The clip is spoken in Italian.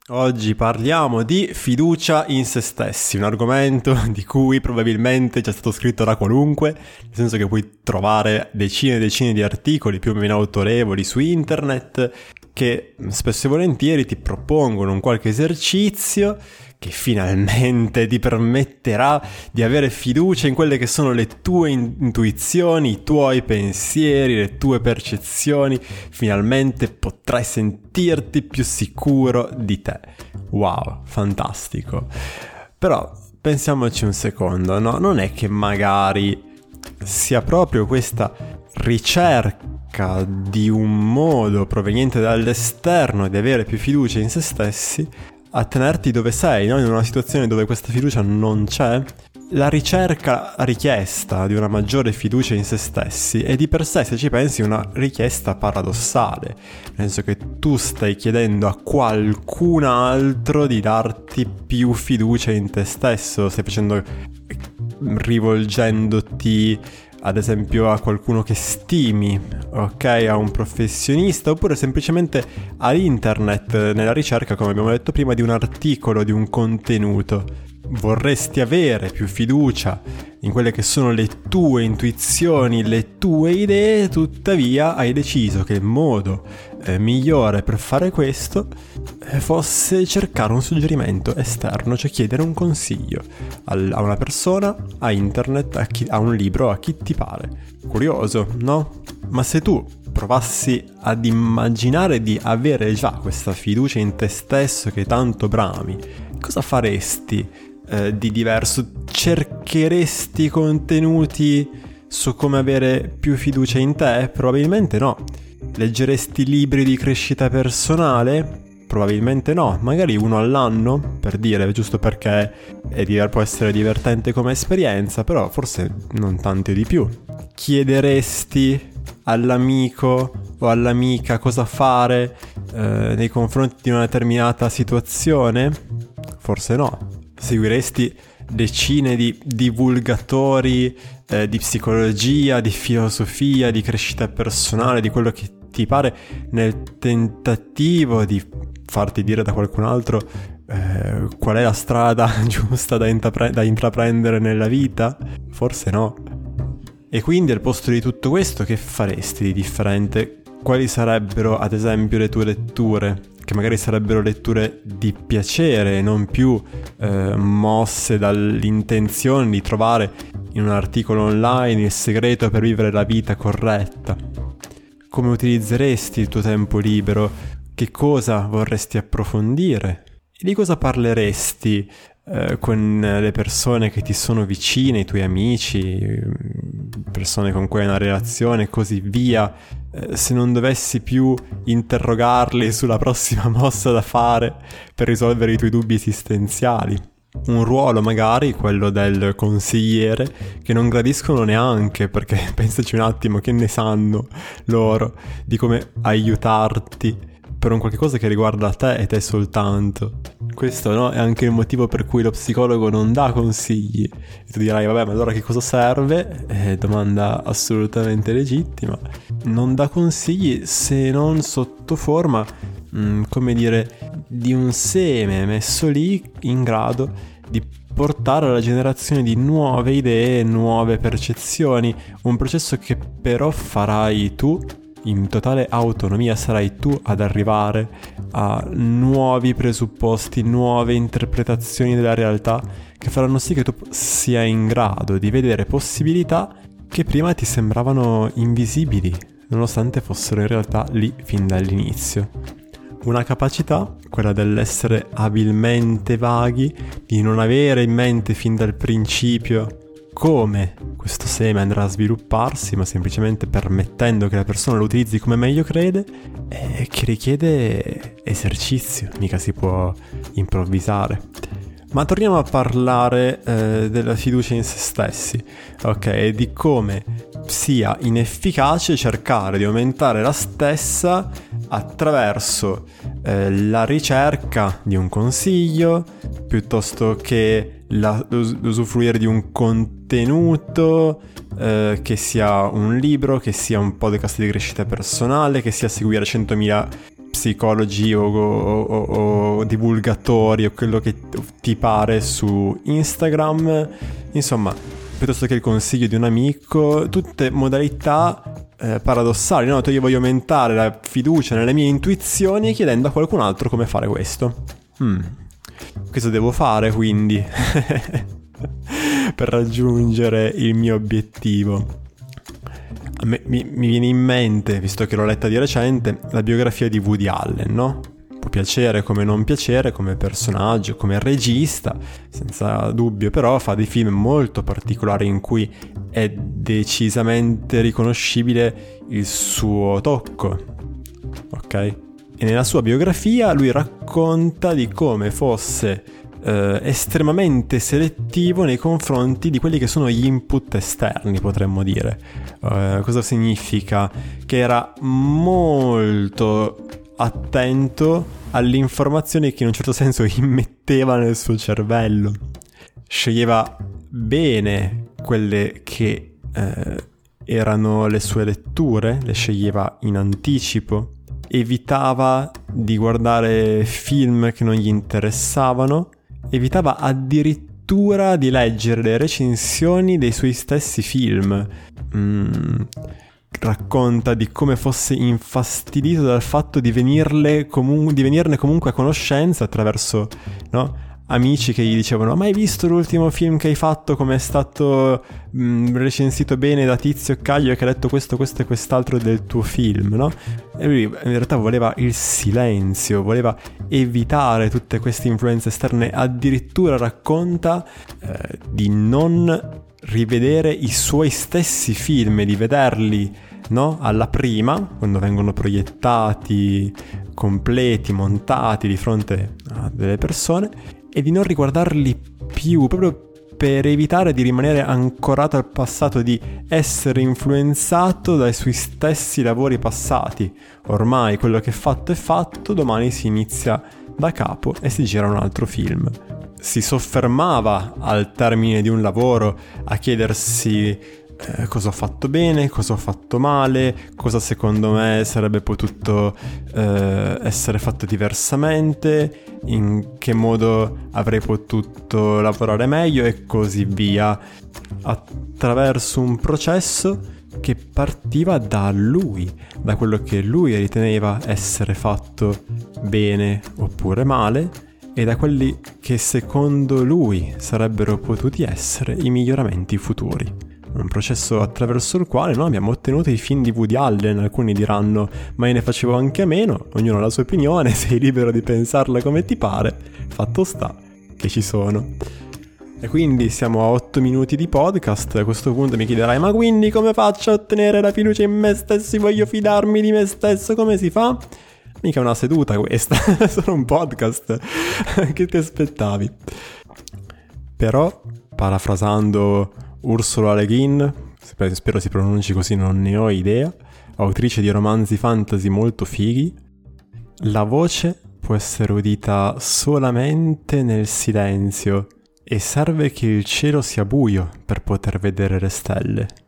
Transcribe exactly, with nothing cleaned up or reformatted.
Oggi parliamo di fiducia in se stessi, un argomento di cui probabilmente c'è stato scritto da qualunque, nel senso che puoi trovare decine e decine di articoli più o meno autorevoli su internet che spesso e volentieri ti propongono un qualche esercizio che finalmente ti permetterà di avere fiducia in quelle che sono le tue intuizioni, i tuoi pensieri, le tue percezioni. Finalmente potrai sentirti più sicuro di te. Wow, fantastico. Però pensiamoci un secondo, no? Non è che magari sia proprio questa ricerca di un modo proveniente dall'esterno di avere più fiducia in se stessi a tenerti dove sei, no? In una situazione dove questa fiducia non c'è. La ricerca richiesta di una maggiore fiducia in se stessi è di per sé, se ci pensi, una richiesta paradossale, nel senso che tu stai chiedendo a qualcun altro di darti più fiducia in te stesso, stai facendo rivolgendoti ad esempio a qualcuno che stimi, ok, a un professionista, oppure semplicemente all'internet, nella ricerca, come abbiamo detto prima, di un articolo, di un contenuto. Vorresti avere più fiducia in quelle che sono le tue intuizioni, le tue idee, tuttavia hai deciso che il modo eh, migliore per fare questo eh, fosse cercare un suggerimento esterno, cioè chiedere un consiglio al, a una persona, a internet, a, chi, a un libro, a chi ti pare. Curioso, no? Ma se tu provassi ad immaginare di avere già questa fiducia in te stesso che tanto brami, cosa faresti eh, di diverso? Cercheresti contenuti su come avere più fiducia in te? Probabilmente no. Leggeresti libri di crescita personale? Probabilmente no. Magari uno all'anno, per dire, giusto perché è diver- può essere divertente come esperienza, però forse non tanto di più. Chiederesti all'amico o all'amica cosa fare eh, nei confronti di una determinata situazione? Forse no. Seguiresti decine di divulgatori eh, di psicologia, di filosofia, di crescita personale, di quello che ti pare, nel tentativo di farti dire da qualcun altro eh, qual è la strada giusta da, intrapre- da intraprendere nella vita? Forse no. E quindi al posto di tutto questo che faresti di differente? Quali sarebbero ad esempio le tue letture? Che magari sarebbero letture di piacere, non più eh, mosse dall'intenzione di trovare in un articolo online il segreto per vivere la vita corretta. Come utilizzeresti il tuo tempo libero? Che cosa vorresti approfondire? E di cosa parleresti eh, con le persone che ti sono vicine, i tuoi amici, persone con cui hai una relazione e così via, eh, se non dovessi più interrogarli sulla prossima mossa da fare per risolvere i tuoi dubbi esistenziali? Un ruolo magari, quello del consigliere, che non gradiscono neanche, perché pensaci un attimo, che ne sanno loro di come aiutarti per un qualche cosa che riguarda te e te soltanto. Questo, no, è anche il motivo per cui lo psicologo non dà consigli. E tu dirai, vabbè, ma allora che cosa serve? Eh, domanda assolutamente legittima. Non dà consigli se non sotto forma, mh, come dire, di un seme messo lì in grado di portare alla generazione di nuove idee, nuove percezioni, un processo che però farai tu in totale autonomia. Sarai tu ad arrivare a nuovi presupposti, nuove interpretazioni della realtà che faranno sì che tu sia in grado di vedere possibilità che prima ti sembravano invisibili, nonostante fossero in realtà lì fin dall'inizio. Una capacità, quella dell'essere abilmente vaghi, di non avere in mente fin dal principio come questo seme andrà a svilupparsi, ma semplicemente permettendo che la persona lo utilizzi come meglio crede, e che richiede esercizio, mica si può improvvisare. Ma torniamo a parlare eh, della fiducia in se stessi, ok, e di come sia inefficace cercare di aumentare la stessa attraverso eh, la ricerca di un consiglio, piuttosto che la, l'usufruire di un contenuto eh, che sia un libro, che sia un podcast di crescita personale, che sia seguire centomila psicologi o, o, o, o divulgatori o quello che ti pare su Instagram, insomma, piuttosto che il consiglio di un amico, tutte modalità eh, paradossali, no? Io voglio aumentare la fiducia nelle mie intuizioni chiedendo a qualcun altro come fare questo. Hmm. Questo devo fare quindi per raggiungere il mio obiettivo. A me, mi, mi viene in mente, visto che l'ho letta di recente, la biografia di Woody Allen, no? Può piacere come non piacere, come personaggio, come regista, senza dubbio, però fa dei film molto particolari in cui è decisamente riconoscibile il suo tocco, ok? E nella sua biografia lui racconta di come fosse eh, estremamente selettivo nei confronti di quelli che sono gli input esterni, potremmo dire. Uh, cosa significa? Che era molto attento alle informazioni che in un certo senso immetteva nel suo cervello. Sceglieva bene quelle che eh, erano le sue letture, le sceglieva in anticipo, evitava di guardare film che non gli interessavano, evitava addirittura di leggere le recensioni dei suoi stessi film. Mm, racconta di come fosse infastidito dal fatto di, venirle comu- di venirne comunque a conoscenza attraverso, no, amici che gli dicevano: ma hai visto l'ultimo film che hai fatto, come è stato mh, recensito bene da Tizio e Caio che ha detto questo, questo e quest'altro del tuo film, no? E lui in realtà voleva il silenzio, voleva evitare tutte queste influenze esterne, addirittura racconta eh, di non rivedere i suoi stessi film e di vederli, no, alla prima, quando vengono proiettati completi, montati di fronte a delle persone, e di non riguardarli più, proprio per evitare di rimanere ancorato al passato, di essere influenzato dai suoi stessi lavori passati. Ormai quello che è fatto è fatto, domani si inizia da capo e si gira un altro film. Si soffermava al termine di un lavoro a chiedersi eh, cosa ho fatto bene, cosa ho fatto male, cosa secondo me sarebbe potuto eh, essere fatto diversamente, in che modo avrei potuto lavorare meglio e così via, attraverso un processo che partiva da lui, da quello che lui riteneva essere fatto bene oppure male, e da quelli che secondo lui sarebbero potuti essere i miglioramenti futuri. Un processo attraverso il quale noi abbiamo ottenuto i film di Woody Allen. Alcuni diranno: ma io ne facevo anche a meno. Ognuno ha la sua opinione, sei libero di pensarla come ti pare. Fatto sta che ci sono. E quindi siamo a otto minuti di podcast. A questo punto mi chiederai: ma quindi come faccio a ottenere la fiducia in me stesso? Voglio fidarmi di me stesso, come si fa? Mica una seduta questa, è solo un podcast. Che ti aspettavi? Però, parafrasando Ursula Le Guin, spero si pronunci così, non ne ho idea, autrice di romanzi fantasy molto fighi, la voce può essere udita solamente nel silenzio e serve che il cielo sia buio per poter vedere le stelle.